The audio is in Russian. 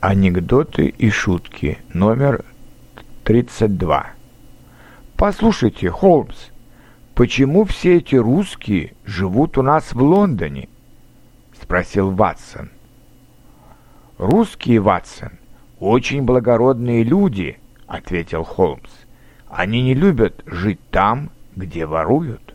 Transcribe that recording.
Анекдоты и шутки номер 32. «Послушайте, Холмс, почему все эти русские живут у нас в Лондоне?» — спросил Ватсон. «Русские, Ватсон, очень благородные люди», — ответил Холмс. «Они не любят жить там, где воруют».